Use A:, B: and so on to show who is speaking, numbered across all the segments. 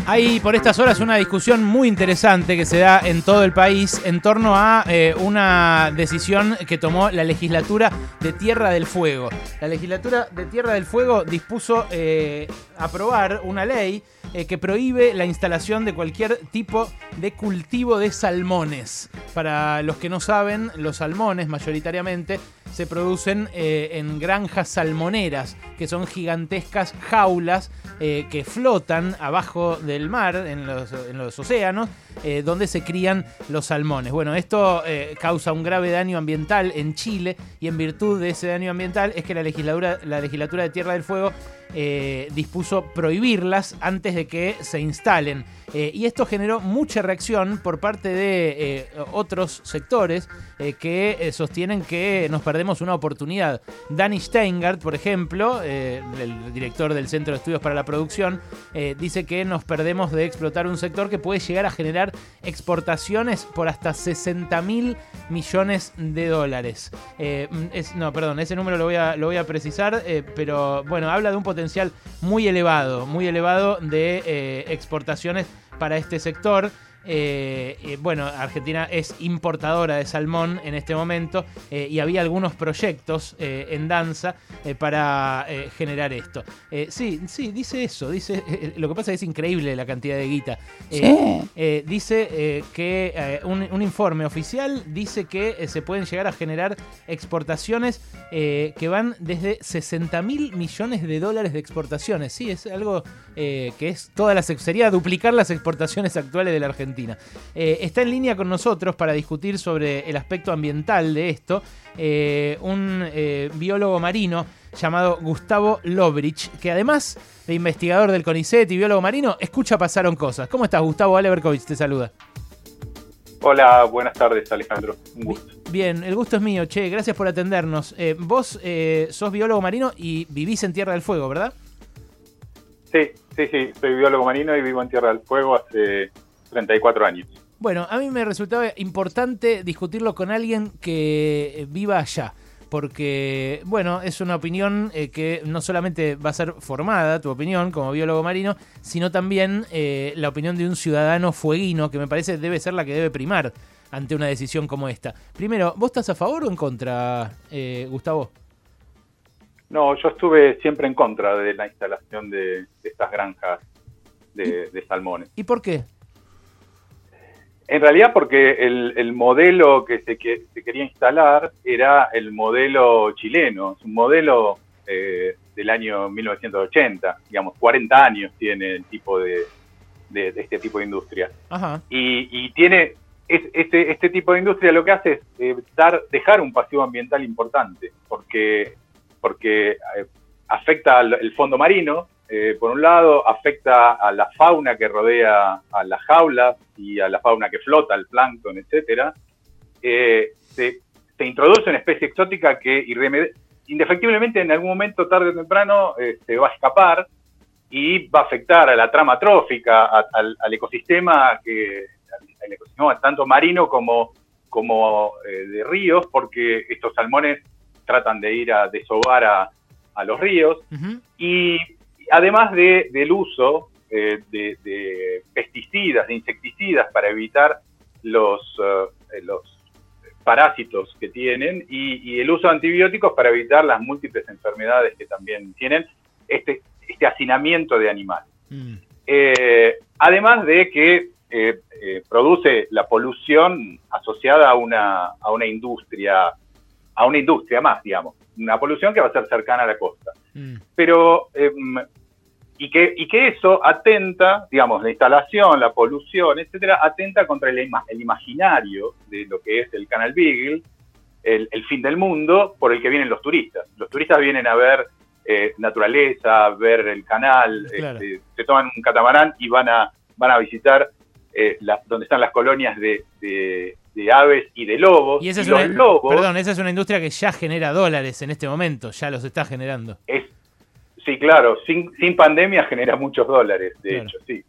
A: Hay por estas horas una discusión muy interesante que se da en todo el país en torno a una decisión que tomó la legislatura de Tierra del Fuego. La legislatura de Tierra del Fuego dispuso aprobar una ley que prohíbe la instalación de cualquier tipo de cultivo de salmones. Para los que no saben, los salmones mayoritariamente se producen en granjas salmoneras, que son gigantescas jaulas que flotan abajo del mar, en los océanos, donde se crían los salmones. Bueno, esto causa un grave daño ambiental en Chile, y en virtud de ese daño ambiental es que la legislatura de Tierra del Fuego dispuso prohibirlas antes de que se instalen. Y esto generó mucha reacción por parte de otros sectores que sostienen que nos perdemos una oportunidad. Danny Steingart, por ejemplo, el director del Centro de Estudios para la Producción, dice que nos perdemos de explotar un sector que puede llegar a generar exportaciones por hasta 60.000 millones de dólares. Ese número lo voy a precisar, pero bueno, habla de un potencial muy elevado de exportaciones para este sector. Bueno, Argentina es importadora de salmón en este momento, y había algunos proyectos en danza para generar esto. Sí, dice eso. Lo que pasa es que es increíble la cantidad de guita. Dice que un informe oficial dice que se pueden llegar a generar exportaciones que van desde 60.000 millones de dólares de exportaciones. Sí, es algo que es sería duplicar las exportaciones actuales de la Argentina. Está en línea con nosotros para discutir sobre el aspecto ambiental de esto un biólogo marino llamado Gustavo Lobrich, que además de investigador del CONICET y biólogo marino, escucha Pasaron Cosas. ¿Cómo estás, Gustavo? Ale Berkovich te saluda.
B: Hola, buenas tardes, Alejandro. Un gusto.
A: Bien, el gusto es mío. Che, gracias por atendernos. Vos sos biólogo marino y vivís en Tierra del Fuego, ¿verdad?
B: Sí. Soy biólogo marino y vivo en Tierra del Fuego hace 34 años.
A: Bueno, a mí me resultaba importante discutirlo con alguien que viva allá, porque, bueno, es una opinión que no solamente va a ser formada, tu opinión como biólogo marino, sino también la opinión de un ciudadano fueguino, que me parece debe ser la que debe primar ante una decisión como esta. Primero, ¿vos estás a favor o en contra, Gustavo?
B: No, yo estuve siempre en contra de la instalación de estas granjas de salmones.
A: ¿Y por qué?
B: En realidad porque el modelo que se quería instalar era el modelo chileno. Es un modelo del año 1980, digamos, 40 años tiene el tipo de este tipo de industria.
A: Ajá.
B: Y tiene este tipo de industria, lo que hace es dejar un pasivo ambiental importante, porque afecta el fondo marino. Por un lado, afecta a la fauna que rodea a las jaulas y a la fauna que flota, el plancton, etcétera. Se introduce una especie exótica que indefectiblemente en algún momento, tarde o temprano, se va a escapar y va a afectar a la trama trófica, al ecosistema tanto marino como de ríos, porque estos salmones tratan de ir a desovar a los ríos. Uh-huh. Y además del uso de pesticidas, de insecticidas para evitar los parásitos que tienen y el uso de antibióticos para evitar las múltiples enfermedades que también tienen este hacinamiento de animales. Además de que produce la polución asociada a una industria más, digamos, una polución que va a ser cercana a la costa. Pero y que eso atenta, digamos, la instalación, la polución, etcétera, atenta contra el imaginario de lo que es el Canal Beagle, el fin del mundo, por el que vienen los turistas. Los turistas vienen a ver naturaleza, ver el canal, claro. Se toman un catamarán y van a visitar donde están las colonias de aves y de lobos.
A: Y esa es una industria que ya genera dólares en este momento, ya los está generando.
B: Sí, claro, sin pandemia genera muchos dólares, de hecho, sí.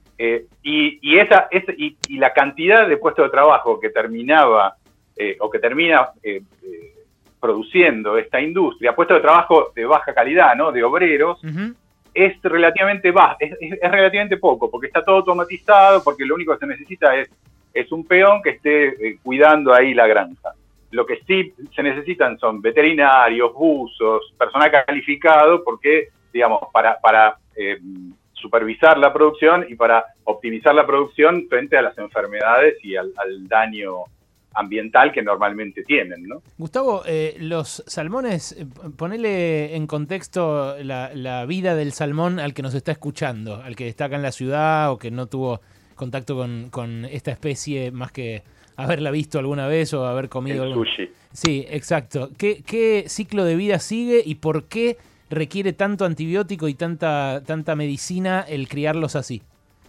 B: Y la cantidad de puestos de trabajo que termina produciendo esta industria, puestos de trabajo de baja calidad, ¿no? De obreros, uh-huh. es relativamente bajo, es relativamente poco, porque está todo automatizado, porque lo único que se necesita es un peón que esté cuidando ahí la granja. Lo que sí se necesitan son veterinarios, buzos, personal calificado, porque, digamos, para supervisar la producción y para optimizar la producción frente a las enfermedades y al daño ambiental que normalmente tienen, ¿no?
A: Gustavo, los salmones, ponele en contexto la vida del salmón al que nos está escuchando, al que está acá en la ciudad o que no tuvo contacto con esta especie más que haberla visto alguna vez o haber comido
B: el sushi.
A: Sí, exacto. ¿Qué ciclo de vida sigue y por qué requiere tanto antibiótico y tanta medicina el criarlos así?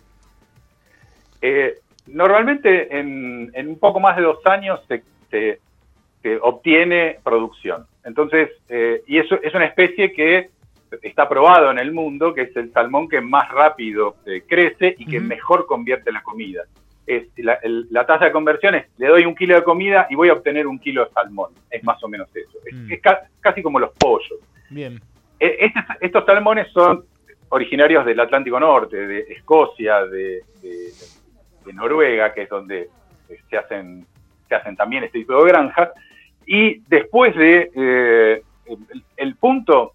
B: Normalmente en un poco más de 2 años se obtiene producción. Entonces, y eso es una especie que está probado en el mundo, que es el salmón que más rápido crece y que mejor convierte la comida. La tasa de conversión es, le doy 1 kilo de comida y voy a obtener 1 kilo de salmón. Es más o menos eso. Es casi como los pollos.
A: Bien.
B: Estos salmones son originarios del Atlántico Norte, de Escocia, de Noruega, que es donde se hacen también este tipo de granjas. Y después de el punto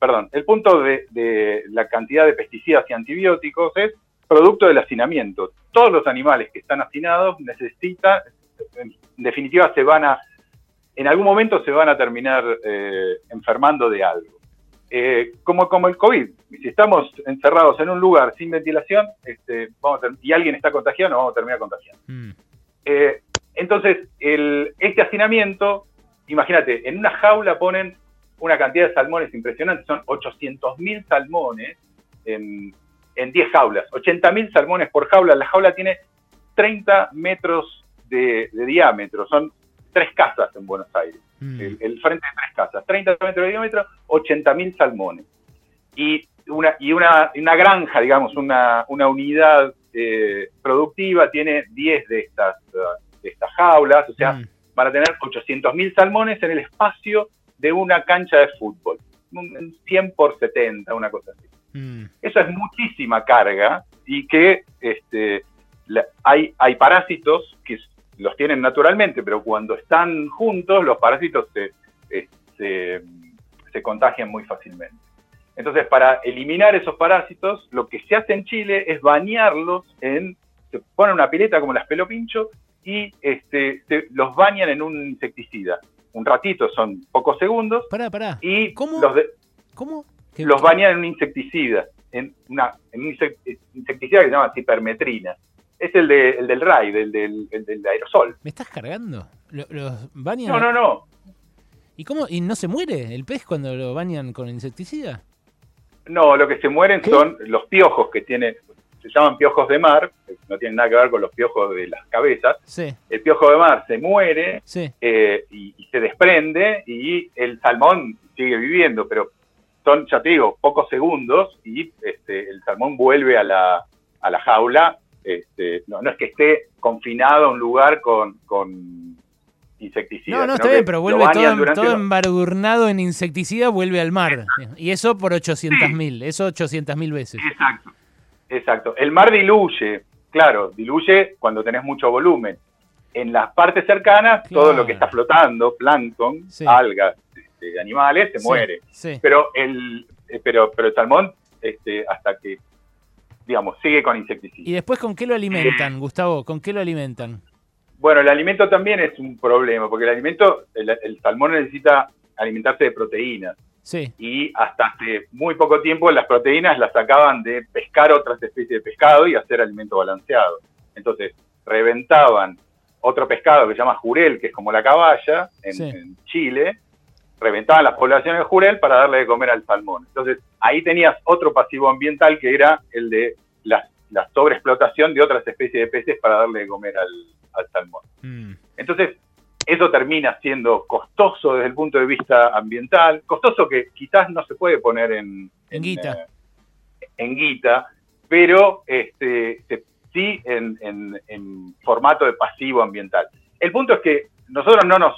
B: de la cantidad de pesticidas y antibióticos es producto del hacinamiento. Todos los animales que están hacinados necesitan, en definitiva, en algún momento se van a terminar enfermando de algo. Como el COVID. Si estamos encerrados en un lugar sin ventilación y alguien está contagiado, nos vamos a terminar contagiando. Entonces, este hacinamiento, imagínate, en una jaula ponen una cantidad de salmones impresionante, son 800.000 salmones en 10 jaulas, 80.000 salmones por jaula. La jaula tiene 30 metros de diámetro, son 3 casas en Buenos Aires. El frente de 3 casas, 30 metros de diámetro, 80.000 salmones. Y una granja, digamos, una unidad productiva tiene 10 de estas jaulas, o sea, van a tener 800.000 salmones en el espacio de una cancha de fútbol, 100 por 70, una cosa así. Eso es muchísima carga y que hay parásitos que los tienen naturalmente, pero cuando están juntos, los parásitos se contagian muy fácilmente. Entonces, para eliminar esos parásitos, lo que se hace en Chile es bañarlos se pone una pileta como las pelo pincho y los bañan en un insecticida. Un ratito, son pocos segundos.
A: Pará.
B: Y
A: ¿Cómo?
B: ¿Cómo? Los bañan en un insecticida, en un insecticida que se llama cipermetrina. Es el del RAID, el del aerosol.
A: ¿Me estás cargando? ¿Los bañan?
B: No.
A: ¿Y cómo? ¿Y no se muere el pez cuando lo bañan con insecticida?
B: No, lo que se mueren son los piojos que tiene, se llaman piojos de mar, no tienen nada que ver con los piojos de las cabezas.
A: Sí. El
B: piojo de mar se muere,
A: sí.
B: Y se desprende y el salmón sigue viviendo, pero son, ya te digo, pocos segundos y el salmón vuelve a la jaula. No es que esté confinado a un lugar con insecticida.
A: No, está bien, pero vuelve todo embadurnado en insecticida, vuelve al mar. Y eso por 800.000, eso 800.000 veces.
B: Exacto. El mar diluye cuando tenés mucho volumen. En las partes cercanas, todo lo que está flotando, plancton, algas, animales, se muere. Sí. Pero el salmón, hasta que, digamos, sigue con insecticida.
A: ¿Y después con qué lo alimentan, Gustavo? ¿Con qué lo alimentan?
B: Bueno, el alimento también es un problema, porque el salmón necesita alimentarse de proteínas.
A: Sí.
B: Y hasta hace muy poco tiempo las proteínas las sacaban de pescar otras especies de pescado y hacer alimento balanceado. Entonces, reventaban otro pescado que se llama jurel, que es como la caballa, en Chile, reventaban las poblaciones de jurel para darle de comer al salmón. Entonces, ahí tenías otro pasivo ambiental que era el de la sobreexplotación de otras especies de peces para darle de comer al salmón. Entonces, eso termina siendo costoso desde el punto de vista ambiental, costoso que quizás no se puede poner en guita, pero sí en formato de pasivo ambiental. El punto es que nosotros no nos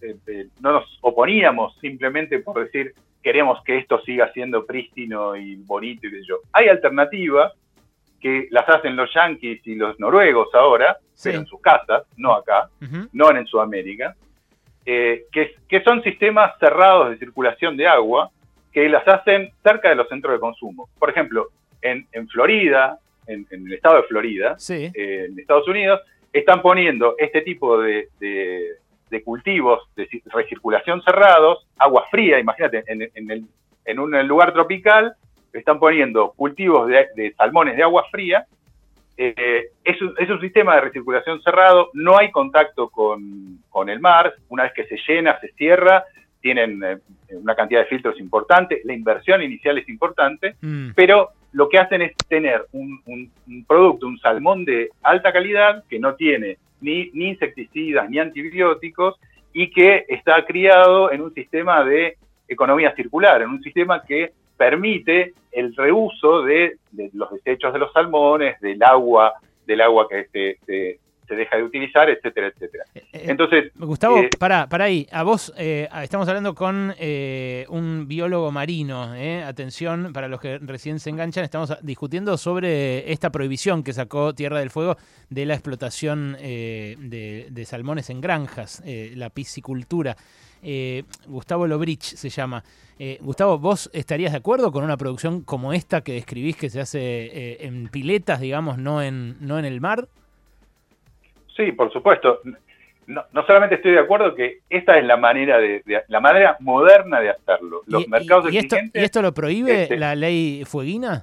B: no nos oponíamos simplemente por decir queremos que esto siga siendo prístino y bonito y qué sé yo. Hay alternativas que las hacen los yanquis y los noruegos ahora,
A: sí,
B: pero en sus casas, no acá, no en Sudamérica, que son sistemas cerrados de circulación de agua que las hacen cerca de los centros de consumo. Por ejemplo, en Florida, en el estado de Florida,
A: sí,
B: en Estados Unidos, están poniendo este tipo de cultivos de recirculación cerrados, agua fría, imagínate, en un lugar tropical, están poniendo cultivos de salmones de agua fría. Es un sistema de recirculación cerrado, no hay contacto con el mar, una vez que se llena, se cierra, tienen una cantidad de filtros importante, la inversión inicial es importante, pero lo que hacen es tener un producto, un salmón de alta calidad, que no tiene ni insecticidas ni antibióticos, y que está criado en un sistema de economía circular, en un sistema que permite el reuso de los desechos de los salmones, del agua que se deja de utilizar, etcétera, etcétera. Entonces,
A: Gustavo, pará ahí. A vos estamos hablando con un biólogo marino. Atención, para los que recién se enganchan, estamos discutiendo sobre esta prohibición que sacó Tierra del Fuego de la explotación de salmones en granjas, la piscicultura. Gustavo Lobrich se llama. Gustavo, ¿vos estarías de acuerdo con una producción como esta que describís, que se hace en piletas, digamos, no en el mar?
B: Sí, por supuesto. No solamente estoy de acuerdo que esta es la manera la manera moderna de hacerlo. Los mercados exigentes.
A: ¿Y esto lo prohíbe la ley Fueguina?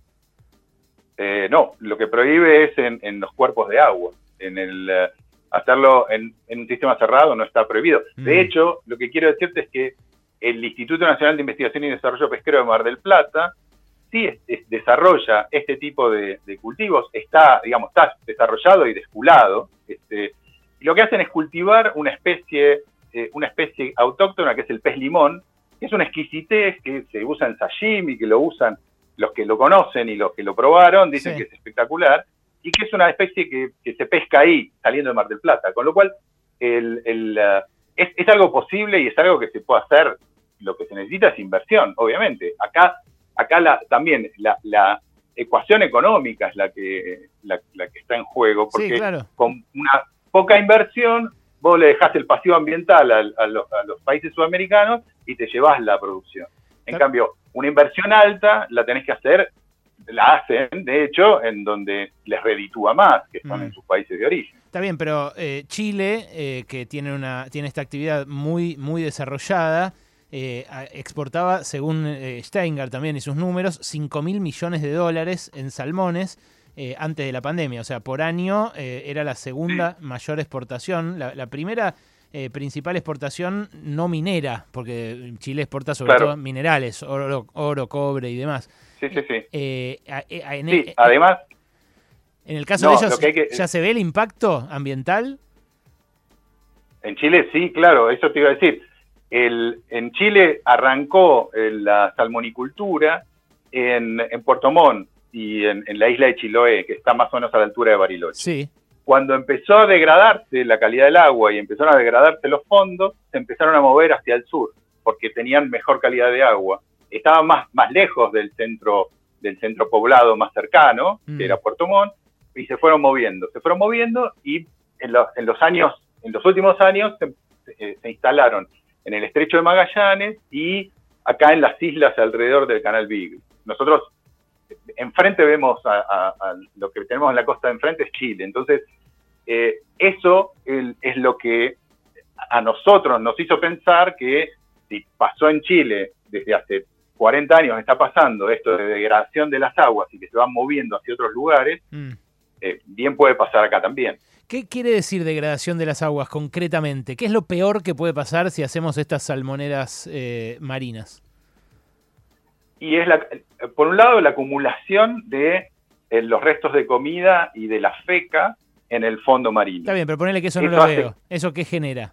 B: No, lo que prohíbe es en los cuerpos de agua. Hacerlo en un sistema cerrado no está prohibido. De hecho, lo que quiero decirte es que el Instituto Nacional de Investigación y Desarrollo Pesquero de Mar del Plata sí desarrolla este tipo de cultivos, está desarrollado y desculado, y lo que hacen es cultivar una especie autóctona que es el pez limón, que es una exquisitez que se usa en sashimi, que lo usan los que lo conocen y los que lo probaron, dicen que es espectacular, y que es una especie que se pesca ahí, saliendo de Mar del Plata, con lo cual es algo posible y es algo que se puede hacer. Lo que se necesita es inversión, obviamente. Acá también la ecuación económica es la que está en juego, porque con una poca inversión vos le dejás el pasivo ambiental a los países sudamericanos y te llevas la producción. En cambio, una inversión alta la hacen, de hecho, en donde les reditúa más, que son en sus países de origen.
A: Está bien, pero Chile, que tiene esta actividad muy, muy desarrollada, exportaba, según Steingart también y sus números, $5.000 millones en salmones antes de la pandemia. O sea, por año era la segunda mayor exportación. La primera principal exportación no minera, porque Chile exporta sobre todo minerales, oro, cobre y demás.
B: Sí.
A: Además, en el caso de ellos, ¿ya se ve el impacto ambiental?
B: En Chile sí, claro, eso te iba a decir. En Chile arrancó la salmonicultura en Puerto Montt y en la isla de Chiloé, que está más o menos a la altura de Bariloche.
A: Sí.
B: Cuando empezó a degradarse la calidad del agua y empezaron a degradarse los fondos, se empezaron a mover hacia el sur, porque tenían mejor calidad de agua. Estaban más lejos del centro poblado más cercano, que era Puerto Montt, y se fueron moviendo y en los últimos años se instalaron en el Estrecho de Magallanes y acá en las islas alrededor del Canal Beagle. Nosotros enfrente vemos a lo que tenemos en la costa de enfrente es Chile. Entonces, eso es lo que a nosotros nos hizo pensar que si pasó en Chile desde hace 40 años, está pasando esto de degradación de las aguas y que se van moviendo hacia otros lugares, bien puede pasar acá también.
A: ¿Qué quiere decir degradación de las aguas concretamente? ¿Qué es lo peor que puede pasar si hacemos estas salmoneras marinas?
B: Y es, por un lado, la acumulación de los restos de comida y de la feca en el fondo marino.
A: Está bien, pero ponele que eso no lo veo. ¿Eso qué genera?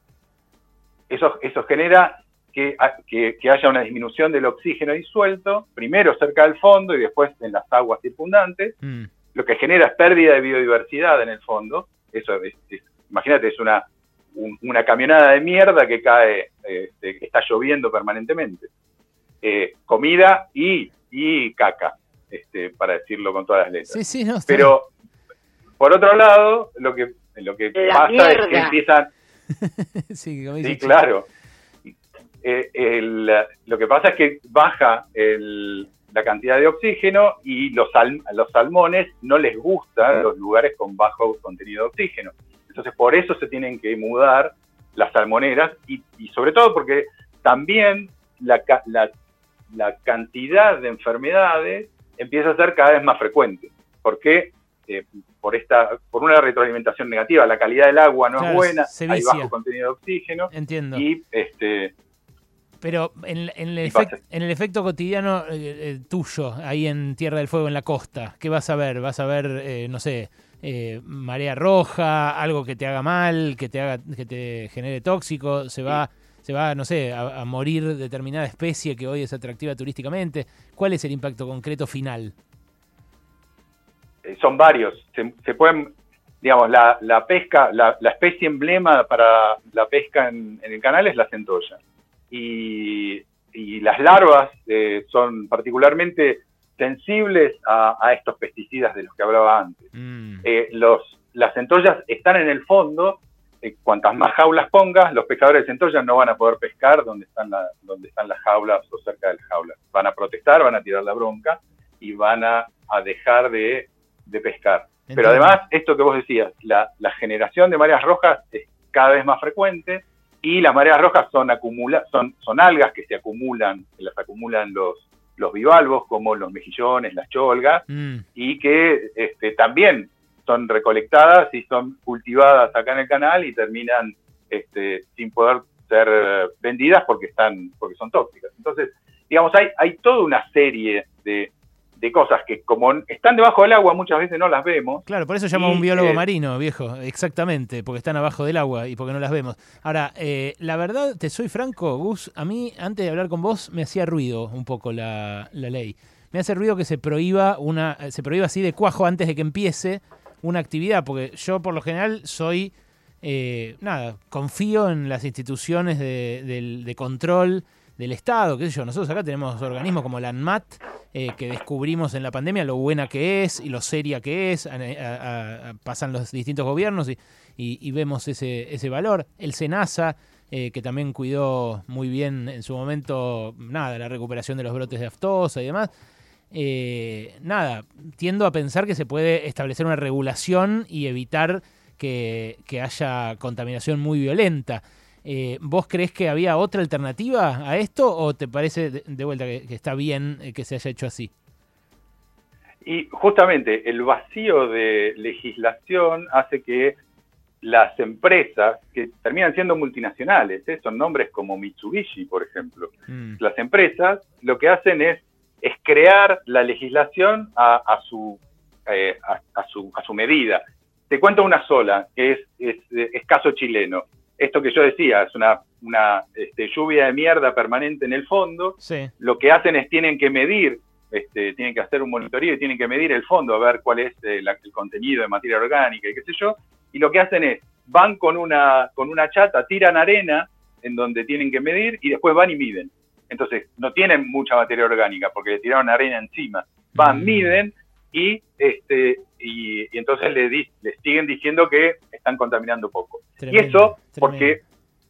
B: Eso genera que haya una disminución del oxígeno disuelto, primero cerca del fondo y después en las aguas circundantes. Lo que genera es pérdida de biodiversidad en el fondo. Eso imagínate, es una una camionada de mierda que cae, que está lloviendo permanentemente. Comida y caca, para decirlo con todas las letras.
A: Sí, no,
B: pero por otro lado, lo que pasa
C: mierda.
B: es que empiezan...
A: sí,
B: claro. Lo que pasa es que baja la cantidad de oxígeno y a los salmones no les gustan los lugares con bajo contenido de oxígeno. Entonces, por eso se tienen que mudar las salmoneras y sobre todo porque también la cantidad de enfermedades empieza a ser cada vez más frecuente. ¿Por qué? Por una retroalimentación negativa. La calidad del agua no es buena, hay bajo contenido de oxígeno.
A: Entiendo.
B: Y
A: pero en el efecto cotidiano tuyo, ahí en Tierra del Fuego, en la costa, ¿qué vas a ver? ¿Vas a ver, no sé, marea roja, algo que te haga mal, que te genere tóxico? ¿Se va, no sé, a morir determinada especie que hoy es atractiva turísticamente? ¿Cuál es el impacto concreto final?
B: Son varios. Se pueden, digamos, la pesca, la especie emblema para la pesca en el canal es la centolla. Y las larvas son particularmente sensibles a estos pesticidas de los que hablaba antes. Las centollas están en el fondo. Cuantas más jaulas pongas, los pescadores de centollas no van a poder pescar donde están las jaulas o cerca de las jaulas. Van a protestar, van a tirar la bronca y van a dejar de pescar.
A: Entiendo.
B: Pero además, esto que vos decías, la generación de mareas rojas es cada vez más frecuente y las mareas rojas son algas que las acumulan los bivalvos, como los mejillones, las cholgas, y que también son recolectadas y son cultivadas acá en el canal y terminan sin poder ser vendidas porque son tóxicas. Entonces, digamos, hay toda una serie de cosas que como están debajo del agua muchas veces no las vemos.
A: Claro, por eso llamo a un biólogo marino, viejo, exactamente, porque están abajo del agua y porque no las vemos. Ahora, la verdad, te soy franco, Gus, a mí, antes de hablar con vos, me hacía ruido un poco la ley. Me hace ruido que se prohíba así de cuajo antes de que empiece una actividad, porque yo por lo general soy, confío en las instituciones de control del Estado, qué sé yo. Nosotros acá tenemos organismos como la ANMAT, que descubrimos en la pandemia lo buena que es y lo seria que es, pasan los distintos gobiernos y vemos ese valor. El SENASA, que también cuidó muy bien en su momento la recuperación de los brotes de aftosa y demás. Tiendo a pensar que se puede establecer una regulación y evitar que haya contaminación muy violenta. ¿Vos creés que había otra alternativa a esto o te parece de vuelta que está bien que se haya hecho así?
B: Y justamente el vacío de legislación hace que las empresas, que terminan siendo multinacionales, son nombres como Mitsubishi, por ejemplo, las empresas lo que hacen es crear la legislación a su medida. Te cuento una sola, que es caso chileno. Esto que yo decía, es una lluvia de mierda permanente en el fondo.
A: Sí.
B: Lo que hacen es tienen que medir, tienen que hacer un monitoreo y tienen que medir el fondo a ver cuál es el contenido de materia orgánica y qué sé yo. Y lo que hacen es, van con una chata, tiran arena en donde tienen que medir y después van y miden. Entonces, no tienen mucha materia orgánica porque le tiraron arena encima. Van, miden y entonces les siguen diciendo que están contaminando poco.
A: Tremendo,
B: y eso
A: tremendo.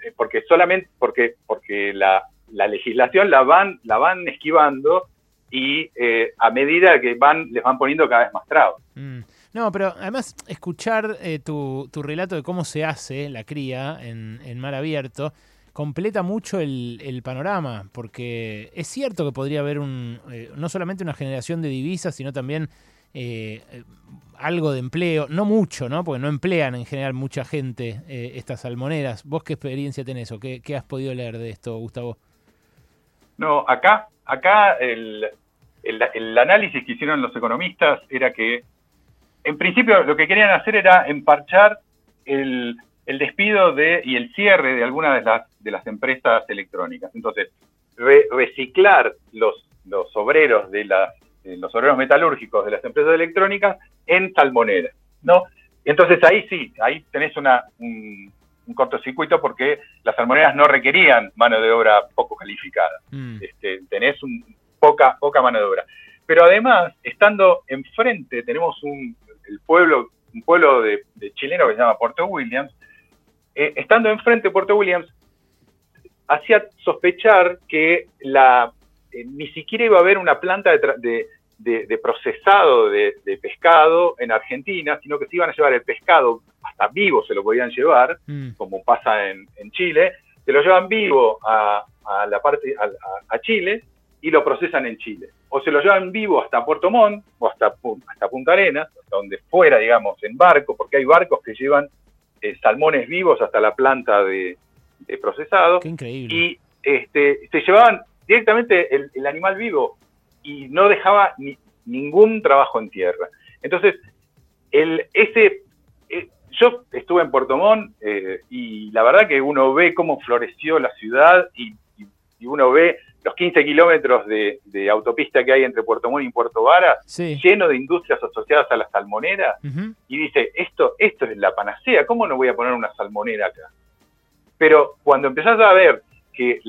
B: porque la legislación la van esquivando y a medida que les van poniendo cada vez más trabas.
A: No, pero además escuchar tu relato de cómo se hace la cría en mar abierto completa mucho el panorama, porque es cierto que podría haber no solamente una generación de divisas, sino también algo de empleo, no mucho, ¿no? Porque no emplean en general mucha gente estas salmoneras. ¿Vos qué experiencia tenés o qué has podido leer de esto, Gustavo?
B: No, acá el análisis que hicieron los economistas era que, en principio, lo que querían hacer era emparchar el despido y el cierre de algunas de las empresas electrónicas. Entonces, reciclar los obreros los obreros metalúrgicos de las empresas electrónicas en salmoneras, ¿no? Entonces ahí sí, ahí tenés un cortocircuito porque las salmoneras no requerían mano de obra poco calificada. Tenés poca mano de obra. Pero además, estando enfrente, tenemos un pueblo de chileno que se llama Puerto Williams. Estando enfrente de Puerto Williams, hacía sospechar que ni siquiera iba a haber una planta de procesado de pescado en Argentina, sino que se iban a llevar el pescado, hasta vivo se lo podían llevar, como pasa en Chile, se lo llevan vivo a Chile y lo procesan en Chile. O se lo llevan vivo hasta Puerto Montt o hasta Punta Arenas, hasta donde fuera, digamos, en barco, porque hay barcos que llevan salmones vivos hasta la planta de procesado.
A: Qué increíble.
B: Y se llevaban directamente el animal vivo y no dejaba ningún trabajo en tierra. Entonces, yo estuve en Puerto Montt y la verdad que uno ve cómo floreció la ciudad y uno ve los 15 kilómetros de autopista que hay entre Puerto Montt y Puerto Varas,
A: sí,
B: lleno de industrias asociadas a la salmonera, y dice, esto es la panacea, ¿cómo no voy a poner una salmonera acá? Pero cuando empezás a ver que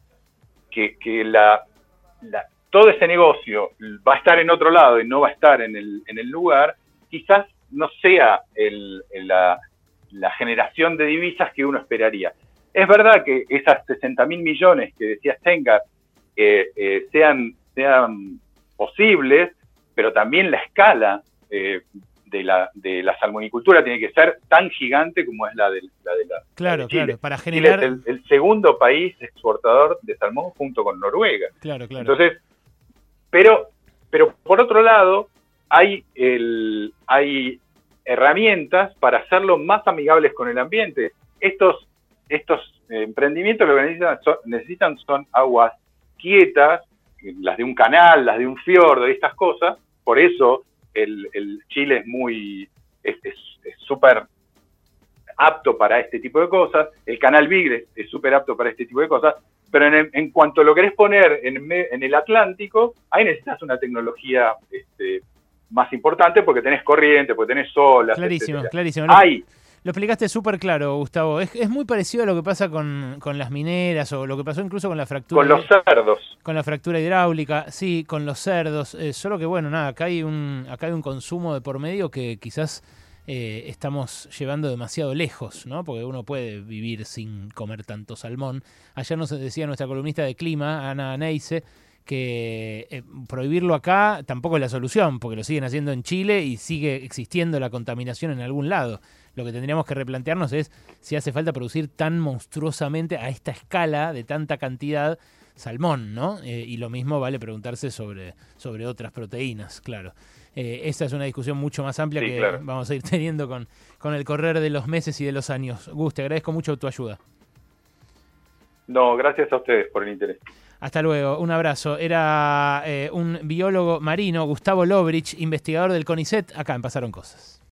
B: todo ese negocio va a estar en otro lado y no va a estar en el lugar, quizás no sea la generación de divisas que uno esperaría. Es verdad que esas 60.000 millones que decía Stengar sean posibles, pero también la escala de la salmonicultura tiene que ser tan gigante como es la de
A: claro,
B: Chile.
A: Claro, para generar...
B: Chile es el segundo país exportador de salmón junto con Noruega.
A: Claro.
B: Entonces, pero por otro lado, hay herramientas para hacerlo más amigables con el ambiente. Estos emprendimientos lo que necesitan son aguas quietas, las de un canal, las de un fiordo, estas cosas. Por eso el Chile es súper apto para este tipo de cosas. El canal Vigre es súper apto para este tipo de cosas. Pero en cuanto lo querés poner en el Atlántico, ahí necesitas una tecnología más importante porque tenés corriente, porque tenés olas.
A: Clarísimo,
B: etcétera.
A: clarísimo. Lo explicaste súper claro, Gustavo. Es muy parecido a lo que pasa con las mineras o lo que pasó incluso con la fractura.
B: Con los cerdos.
A: Con la fractura hidráulica, sí, con los cerdos. Solo que, bueno, nada, acá hay un consumo de por medio que quizás estamos llevando demasiado lejos, ¿no? Porque uno puede vivir sin comer tanto salmón. Ayer nos decía nuestra columnista de clima, Ana Neise, que prohibirlo acá tampoco es la solución, porque lo siguen haciendo en Chile y sigue existiendo la contaminación en algún lado. Lo que tendríamos que replantearnos es si hace falta producir tan monstruosamente, a esta escala, de tanta cantidad, salmón, ¿no? Y lo mismo vale preguntarse sobre otras proteínas, claro. Esta es una discusión mucho más amplia que claro, vamos a ir teniendo con el correr de los meses y de los años. Gus, te agradezco mucho tu ayuda.
B: No, gracias a ustedes por el interés.
A: Hasta luego, un abrazo. Era un biólogo marino, Gustavo Lobrich, investigador del CONICET, acá en Pasaron Cosas.